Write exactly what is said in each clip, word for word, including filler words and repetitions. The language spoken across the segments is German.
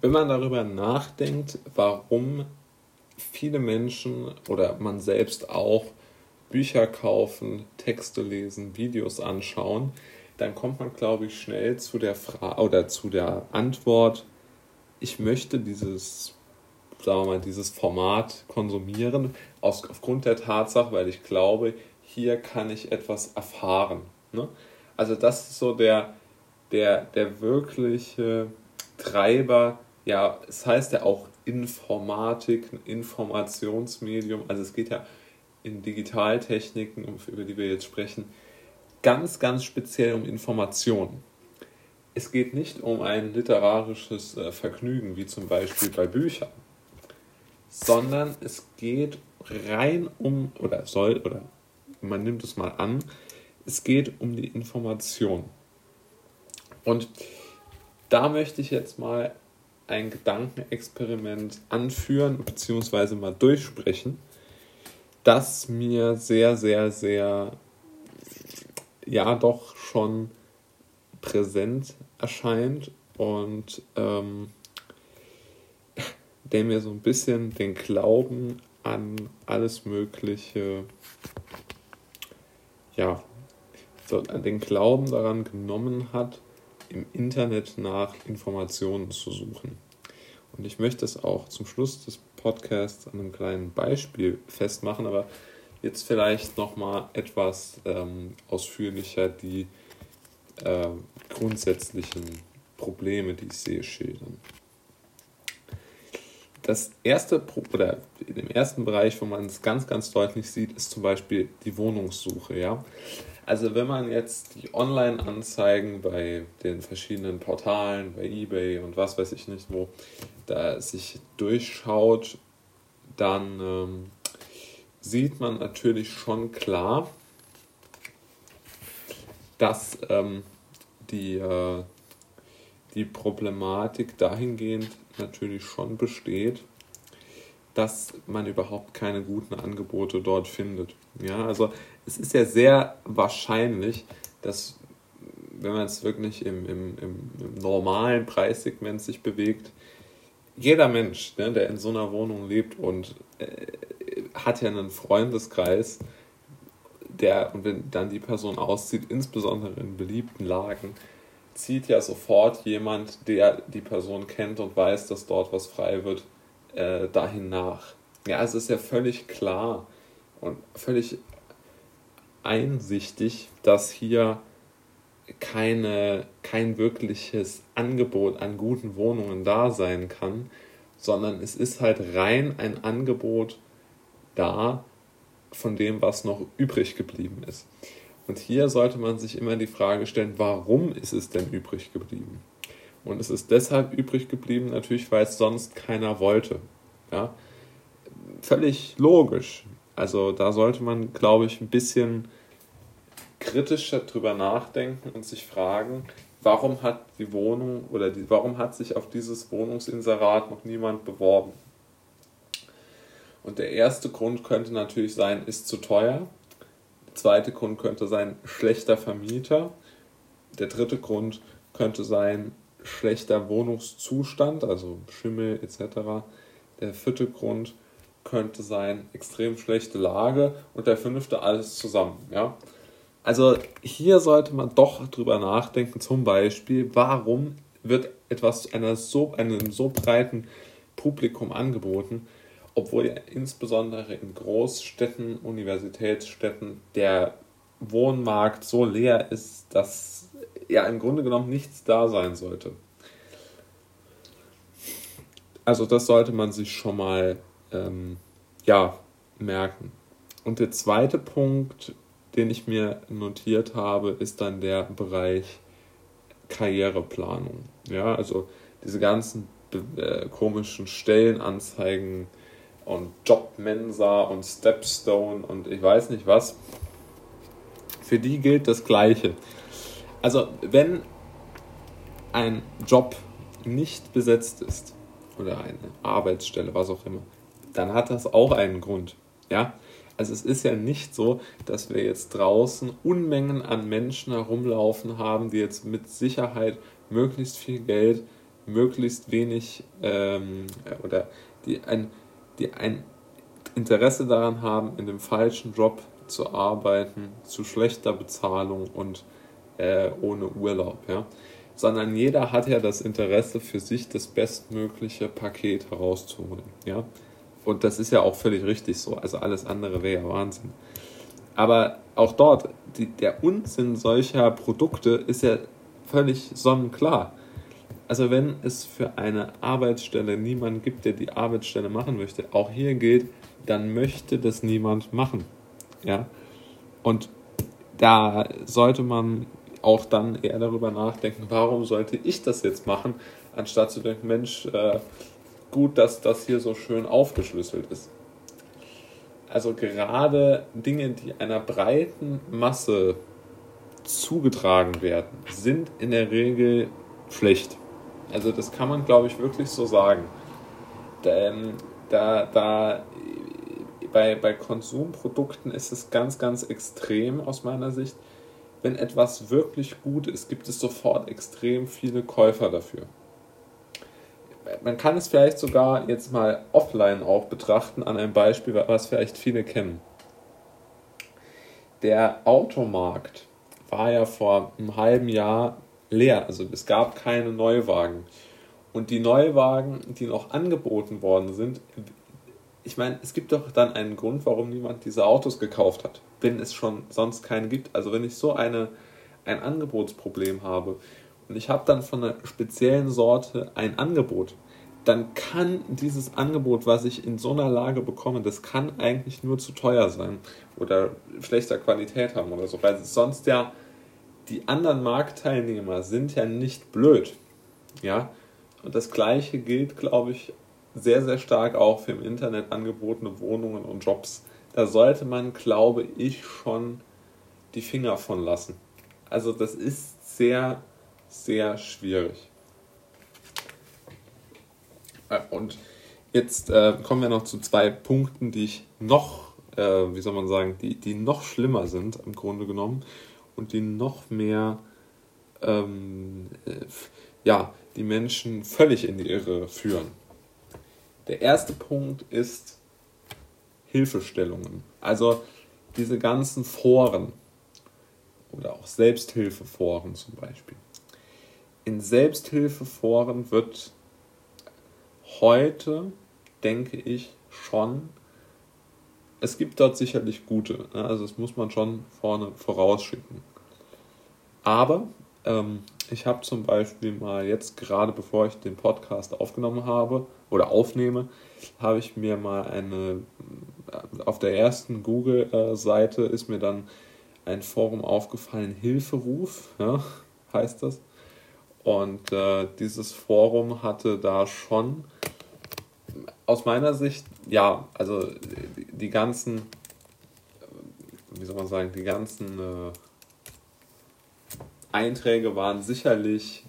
wenn man darüber nachdenkt, warum viele Menschen oder man selbst auch Bücher kaufen, Texte lesen, Videos anschauen, dann kommt man, glaube ich, schnell zu der Frage oder zu der Antwort, ich möchte dieses, sagen wir mal, dieses Format konsumieren, aus, aufgrund der Tatsache, weil ich glaube, hier kann ich etwas erfahren. Ne? Also das ist so der, der, der wirkliche Treiber, ja, es heißt ja auch Informatik, ein Informationsmedium, also es geht ja in Digitaltechniken, über die wir jetzt sprechen, ganz, ganz speziell um Informationen. Es geht nicht um ein literarisches äh, Vergnügen, wie zum Beispiel bei Büchern, sondern es geht rein um, oder soll, oder man nimmt es mal an, es geht um die Information. Und da möchte ich jetzt mal ein Gedankenexperiment anführen, beziehungsweise mal durchsprechen, das mir sehr, sehr, sehr, ja doch schon präsent erscheint und ähm, der mir so ein bisschen den Glauben an alles Mögliche, ja, so den Glauben daran genommen hat, im Internet nach Informationen zu suchen. Und ich möchte es auch zum Schluss des Podcasts an einem kleinen Beispiel festmachen, aber jetzt vielleicht nochmal etwas ähm, ausführlicher die äh, grundsätzlichen Probleme, die ich sehe, schildern. Das erste, oder in dem ersten Bereich, wo man es ganz, ganz deutlich sieht, ist zum Beispiel die Wohnungssuche. Ja? Also wenn man jetzt die Online-Anzeigen bei den verschiedenen Portalen, bei eBay und was weiß ich nicht wo, da sich durchschaut, dann ähm, sieht man natürlich schon klar, dass ähm, die, äh, die Problematik dahingehend natürlich schon besteht, dass man überhaupt keine guten Angebote dort findet. Ja, also es ist ja sehr wahrscheinlich, dass wenn man es wirklich im, im, im, im normalen Preissegment sich bewegt, jeder Mensch, ne, der in so einer Wohnung lebt und äh, hat ja einen Freundeskreis, der, und wenn dann die Person auszieht, insbesondere in beliebten Lagen, zieht ja sofort jemand, der die Person kennt und weiß, dass dort was frei wird, äh, dahin nach. Ja, es ist ja völlig klar und völlig einsichtig, dass hier keine, kein wirkliches Angebot an guten Wohnungen da sein kann, sondern es ist halt rein ein Angebot da von dem, was noch übrig geblieben ist. Und hier sollte man sich immer die Frage stellen, warum ist es denn übrig geblieben? Und es ist deshalb übrig geblieben, natürlich, weil es sonst keiner wollte. Ja? Völlig logisch. Also da sollte man, glaube ich, ein bisschen kritischer drüber nachdenken und sich fragen, warum hat die Wohnung oder die, warum hat sich auf dieses Wohnungsinserat noch niemand beworben? Und der erste Grund könnte natürlich sein, ist zu teuer. Der zweite Grund könnte sein, schlechter Vermieter. Der dritte Grund könnte sein, schlechter Wohnungszustand, also Schimmel et cetera. Der vierte Grund könnte sein, extrem schlechte Lage. Und der fünfte, alles zusammen. Ja? Also hier sollte man doch drüber nachdenken, zum Beispiel, warum wird etwas einer so, einem so breiten Publikum angeboten, obwohl ja insbesondere in Großstädten, Universitätsstädten der Wohnmarkt so leer ist, dass ja im Grunde genommen nichts da sein sollte. Also das sollte man sich schon mal ähm, ja, merken. Und der zweite Punkt, den ich mir notiert habe, ist dann der Bereich Karriereplanung. Ja, also diese ganzen äh, komischen Stellenanzeigen und Jobmensa und Stepstone und ich weiß nicht was. Für die gilt das Gleiche. Also wenn ein Job nicht besetzt ist oder eine Arbeitsstelle, was auch immer, dann hat das auch einen Grund. Ja? Also es ist ja nicht so, dass wir jetzt draußen Unmengen an Menschen herumlaufen haben, die jetzt mit Sicherheit möglichst viel Geld möglichst wenig ähm, oder die ein, die ein Interesse daran haben, in dem falschen Job zu arbeiten, zu schlechter Bezahlung und äh, ohne Urlaub, ja. Sondern jeder hat ja das Interesse, für sich das bestmögliche Paket herauszuholen, ja. Und das ist ja auch völlig richtig so, also alles andere wäre ja Wahnsinn. Aber auch dort, die, der Unsinn solcher Produkte ist ja völlig sonnenklar. Also wenn es für eine Arbeitsstelle niemanden gibt, der die Arbeitsstelle machen möchte, auch hier gilt, dann möchte das niemand machen. Ja? Und da sollte man auch dann eher darüber nachdenken, warum sollte ich das jetzt machen, anstatt zu denken, Mensch, äh, gut, dass das hier so schön aufgeschlüsselt ist. Also gerade Dinge, die einer breiten Masse zugetragen werden, sind in der Regel schlecht. Also das kann man, glaube ich, wirklich so sagen. Denn da, da bei, bei Konsumprodukten ist es ganz, ganz extrem aus meiner Sicht. Wenn etwas wirklich gut ist, gibt es sofort extrem viele Käufer dafür. Man kann es vielleicht sogar jetzt mal offline auch betrachten an einem Beispiel, was vielleicht viele kennen. Der Automarkt war ja vor einem halben Jahr leer, also es gab keine Neuwagen. Und die Neuwagen, die noch angeboten worden sind, ich meine, es gibt doch dann einen Grund, warum niemand diese Autos gekauft hat, wenn es schon sonst keinen gibt. Also wenn ich so eine, ein Angebotsproblem habe und ich habe dann von einer speziellen Sorte ein Angebot, dann kann dieses Angebot, was ich in so einer Lage bekomme, das kann eigentlich nur zu teuer sein oder schlechter Qualität haben oder so, weil sonst ja die anderen Marktteilnehmer sind ja nicht blöd. Ja? Und das Gleiche gilt, glaube ich, sehr, sehr stark auch für im Internet angebotene Wohnungen und Jobs. Da sollte man, glaube ich, schon die Finger von lassen. Also das ist sehr, sehr schwierig. Und jetzt äh, kommen wir noch zu zwei Punkten, die ich noch, äh, wie soll man sagen, die, die noch schlimmer sind im Grunde genommen und die noch mehr ähm, äh, ja, die Menschen völlig in die Irre führen. Der erste Punkt ist Hilfestellungen. Also diese ganzen Foren oder auch Selbsthilfeforen zum Beispiel. In Selbsthilfeforen wird heute, denke ich, schon, es gibt dort sicherlich gute, also das muss man schon vorne vorausschicken. Aber ähm, ich habe zum Beispiel mal jetzt, gerade bevor ich den Podcast aufgenommen habe oder aufnehme, habe ich mir mal eine, auf der ersten Google-Seite ist mir dann ein Forum aufgefallen, Hilferuf, ja, heißt das. Und äh, dieses Forum hatte da schon aus meiner Sicht, ja, also die, die ganzen, wie soll man sagen, die ganzen äh, Einträge waren sicherlich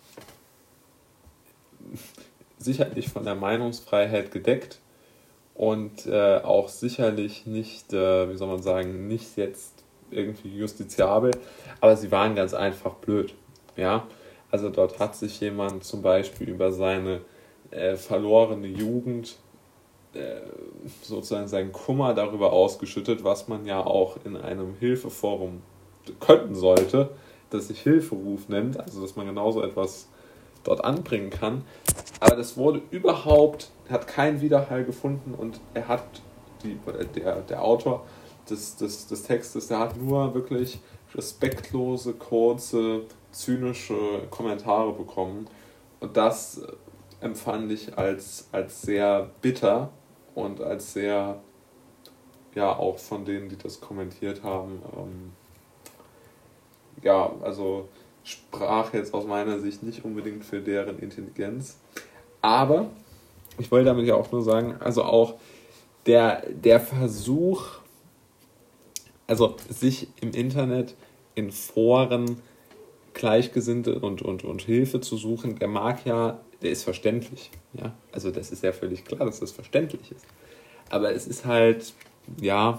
sicherlich von der Meinungsfreiheit gedeckt und äh, auch sicherlich nicht, äh, wie soll man sagen, nicht jetzt irgendwie justiziabel, aber sie waren ganz einfach blöd, ja. Also dort hat sich jemand zum Beispiel über seine äh, verlorene Jugend äh, sozusagen seinen Kummer darüber ausgeschüttet, was man ja auch in einem Hilfeforum könnten sollte, das sich Hilferuf nennt, also dass man genauso etwas dort anbringen kann. Aber das wurde überhaupt, hat keinen Widerhall gefunden und er hat, die, der, der Autor des, des, des Textes, der hat nur wirklich respektlose, kurze, zynische Kommentare bekommen. Und das empfand ich als, als sehr bitter und als sehr, ja, auch von denen, die das kommentiert haben, ähm, ja, also sprach jetzt aus meiner Sicht nicht unbedingt für deren Intelligenz. Aber ich wollte damit ja auch nur sagen, also auch der, der Versuch, also sich im Internet in Foren Gleichgesinnte und, und, und Hilfe zu suchen, der mag ja, der ist verständlich. Ja? Also das ist ja völlig klar, dass das verständlich ist. Aber es ist halt, ja,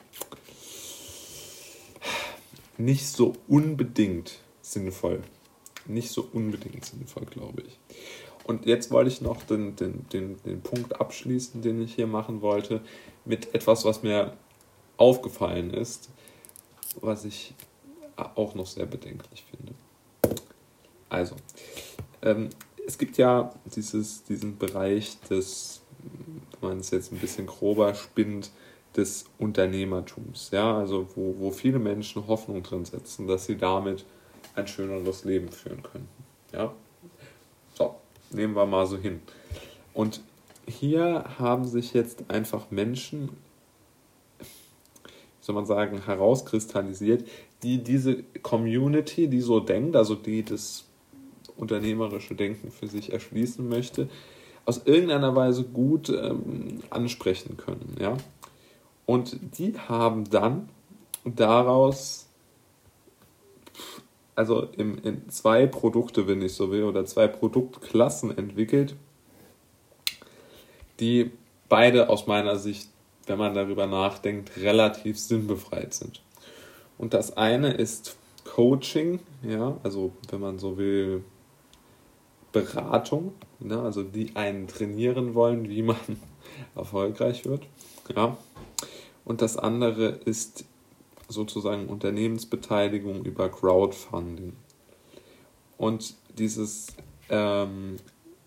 nicht so unbedingt sinnvoll. Nicht so unbedingt sinnvoll, glaube ich. Und jetzt wollte ich noch den, den, den, den Punkt abschließen, den ich hier machen wollte, mit etwas, was mir aufgefallen ist, was ich auch noch sehr bedenklich finde. Also, ähm, es gibt ja dieses, diesen Bereich des, wenn man es jetzt ein bisschen grober spinnt, des Unternehmertums, ja, also wo, wo viele Menschen Hoffnung drin setzen, dass sie damit ein schöneres Leben führen könnten. Ja? So, nehmen wir mal so hin. Und hier haben sich jetzt einfach Menschen, wie soll man sagen, herauskristallisiert, die diese Community, die so denkt, also die das unternehmerische Denken für sich erschließen möchte, aus irgendeiner Weise gut ähm, ansprechen können. Ja? Und die haben dann daraus, also in, in zwei Produkte, wenn ich so will, oder zwei Produktklassen entwickelt, die beide aus meiner Sicht, wenn man darüber nachdenkt, relativ sinnbefreit sind. Und das eine ist Coaching, ja, also wenn man so will, Beratung, ne, also die einen trainieren wollen, wie man erfolgreich wird, ja. Und das andere ist sozusagen Unternehmensbeteiligung über Crowdfunding. Und dieses, ähm,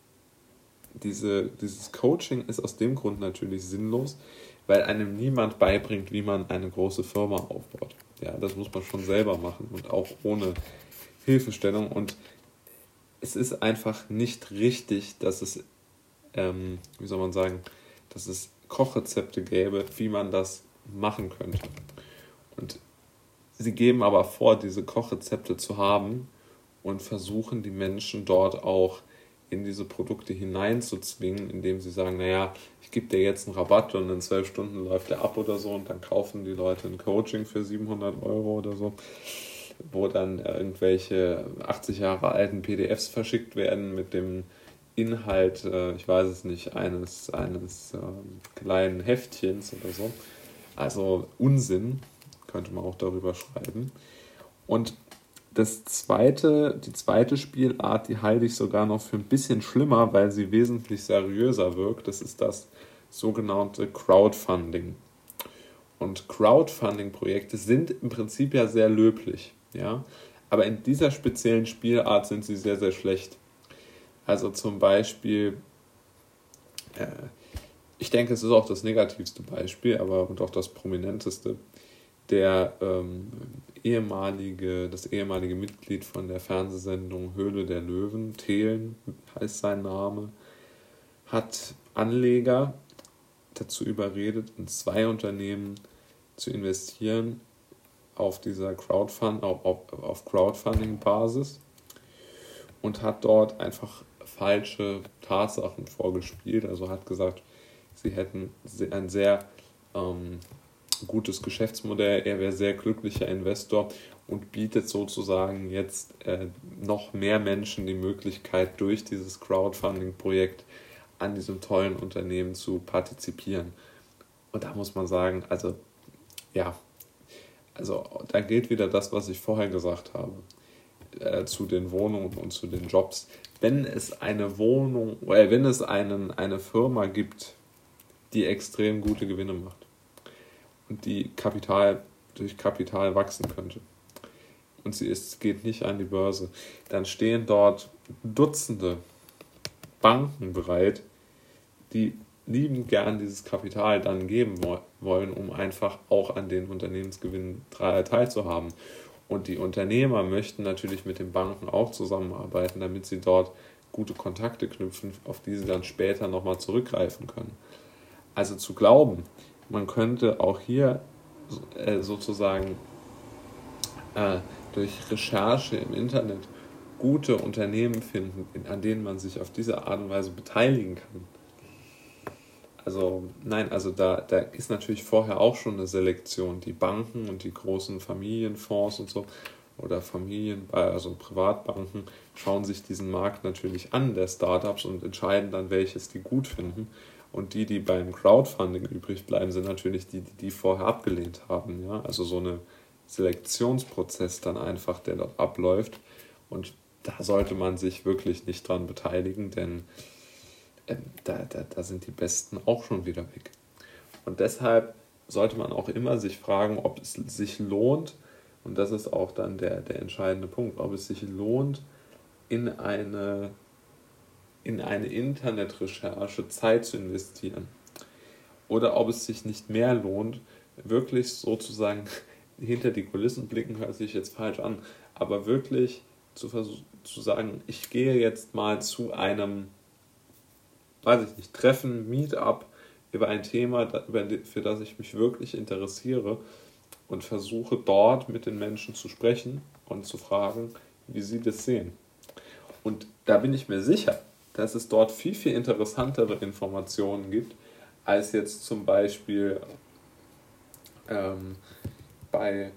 diese, dieses Coaching ist aus dem Grund natürlich sinnlos, weil einem niemand beibringt, wie man eine große Firma aufbaut. Ja, das muss man schon selber machen und auch ohne Hilfestellung. Und es ist einfach nicht richtig, dass es, ähm, wie soll man sagen, dass es Kochrezepte gäbe, wie man das machen könnte. Und sie geben aber vor, diese Kochrezepte zu haben und versuchen die Menschen dort auch in diese Produkte hineinzuzwingen, indem sie sagen, naja, ich gebe dir jetzt einen Rabatt und in zwölf Stunden läuft der ab oder so und dann kaufen die Leute ein Coaching für siebenhundert Euro oder so, wo dann irgendwelche achtzig Jahre alten P D Fs verschickt werden mit dem Inhalt, äh, ich weiß es nicht, eines, eines äh, kleinen Heftchens oder so. Also Unsinn, könnte man auch darüber schreiben. Und das zweite, die zweite Spielart, die halte ich sogar noch für ein bisschen schlimmer, weil sie wesentlich seriöser wirkt. Das ist das sogenannte Crowdfunding. Und Crowdfunding-Projekte sind im Prinzip ja sehr löblich, ja, aber in dieser speziellen Spielart sind sie sehr, sehr schlecht. Also zum Beispiel, äh, ich denke, es ist auch das negativste Beispiel, aber und auch das prominenteste, der ähm, ehemalige, das ehemalige Mitglied von der Fernsehsendung Höhle der Löwen, Thelen heißt sein Name, hat Anleger dazu überredet, in zwei Unternehmen zu investieren auf dieser Crowdfund, auf, auf, auf Crowdfunding-Basis und hat dort einfach falsche Tatsachen vorgespielt. Also hat gesagt, sie hätten ein sehr ähm, gutes Geschäftsmodell, er wäre sehr glücklicher Investor und bietet sozusagen jetzt äh, noch mehr Menschen die Möglichkeit, durch dieses Crowdfunding-Projekt an diesem tollen Unternehmen zu partizipieren. Und da muss man sagen, also ja, also da gilt wieder das, was ich vorher gesagt habe, äh, zu den Wohnungen und zu den Jobs. Wenn es eine Wohnung, äh, wenn es einen, eine Firma gibt, die extrem gute Gewinne macht und die Kapital durch Kapital wachsen könnte und sie ist, geht nicht an die Börse, dann stehen dort Dutzende Banken bereit, die liebend gern dieses Kapital dann geben wollen, um einfach auch an den Unternehmensgewinnen teilzuhaben. Und die Unternehmer möchten natürlich mit den Banken auch zusammenarbeiten, damit sie dort gute Kontakte knüpfen, auf die sie dann später nochmal zurückgreifen können. Also zu glauben, man könnte auch hier äh, sozusagen äh, durch Recherche im Internet gute Unternehmen finden, an denen man sich auf diese Art und Weise beteiligen kann. Also nein, also da, da ist natürlich vorher auch schon eine Selektion. Die Banken und die großen Familienfonds und so oder Familien, also Privatbanken, schauen sich diesen Markt natürlich an, der Startups, und entscheiden dann, welches die gut finden. Und die, die beim Crowdfunding übrig bleiben, sind natürlich die, die die vorher abgelehnt haben. Ja? Also so ein Selektionsprozess dann einfach, der dort abläuft. Und da sollte man sich wirklich nicht dran beteiligen, denn äh, da, da, da sind die Besten auch schon wieder weg. Und deshalb sollte man auch immer sich fragen, ob es sich lohnt, und das ist auch dann der, der entscheidende Punkt, ob es sich lohnt, in eine, in eine Internetrecherche Zeit zu investieren. Oder ob es sich nicht mehr lohnt, wirklich sozusagen hinter die Kulissen blicken, hört sich jetzt falsch an, aber wirklich zu, versuch, zu sagen, ich gehe jetzt mal zu einem, weiß ich nicht, Treffen, Meetup über ein Thema, für das ich mich wirklich interessiere und versuche dort mit den Menschen zu sprechen und zu fragen, wie sie das sehen. Und da bin ich mir sicher, dass es dort viel, viel interessantere Informationen gibt, als jetzt zum Beispiel ähm, bei,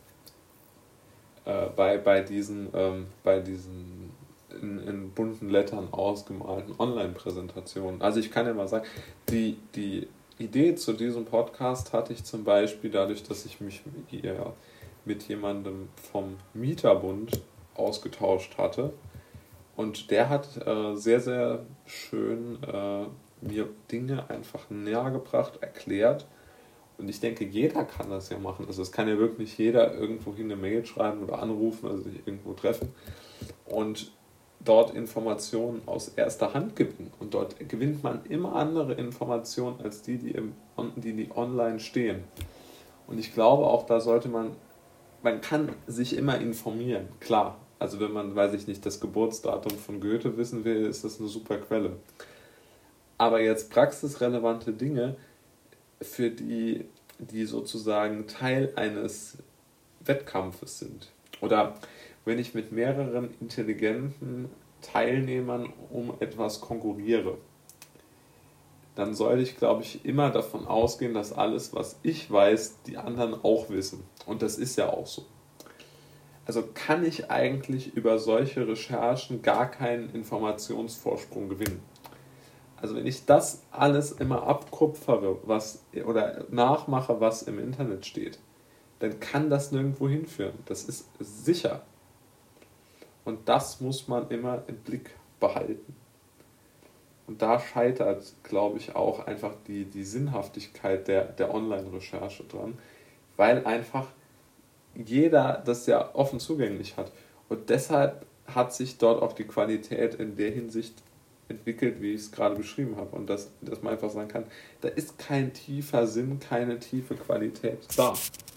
äh, bei, bei diesen, ähm, bei diesen in, in bunten Lettern ausgemalten Online-Präsentationen. Also ich kann ja mal sagen, die, die Idee zu diesem Podcast hatte ich zum Beispiel dadurch, dass ich mich hier mit jemandem vom Mieterbund ausgetauscht hatte. Und der hat äh, sehr, sehr schön äh, mir Dinge einfach näher gebracht, erklärt. Und ich denke, jeder kann das ja machen. Also es kann ja wirklich jeder irgendwohin eine Mail schreiben oder anrufen oder sich irgendwo treffen und dort Informationen aus erster Hand gewinnen. Und dort gewinnt man immer andere Informationen als die, die, im, die, die online stehen. Und ich glaube auch, da sollte man, man kann sich immer informieren, klar. Also wenn man, weiß ich nicht, das Geburtsdatum von Goethe wissen will, ist das eine super Quelle. Aber jetzt praxisrelevante Dinge, für die, die sozusagen Teil eines Wettkampfes sind. Oder wenn ich mit mehreren intelligenten Teilnehmern um etwas konkurriere, dann sollte ich, glaube ich, immer davon ausgehen, dass alles, was ich weiß, die anderen auch wissen. Und das ist ja auch so. Also kann ich eigentlich über solche Recherchen gar keinen Informationsvorsprung gewinnen. Also wenn ich das alles immer abkupfere, was, oder nachmache, was im Internet steht, dann kann das nirgendwo hinführen. Das ist sicher. Und das muss man immer im Blick behalten. Und da scheitert, glaube ich, auch einfach die, die Sinnhaftigkeit der, der Online-Recherche dran, weil einfach jeder das ja offen zugänglich hat. Und deshalb hat sich dort auch die Qualität in der Hinsicht entwickelt, wie ich es gerade beschrieben habe. Und dass, dass man einfach sagen kann, da ist kein tiefer Sinn, keine tiefe Qualität da.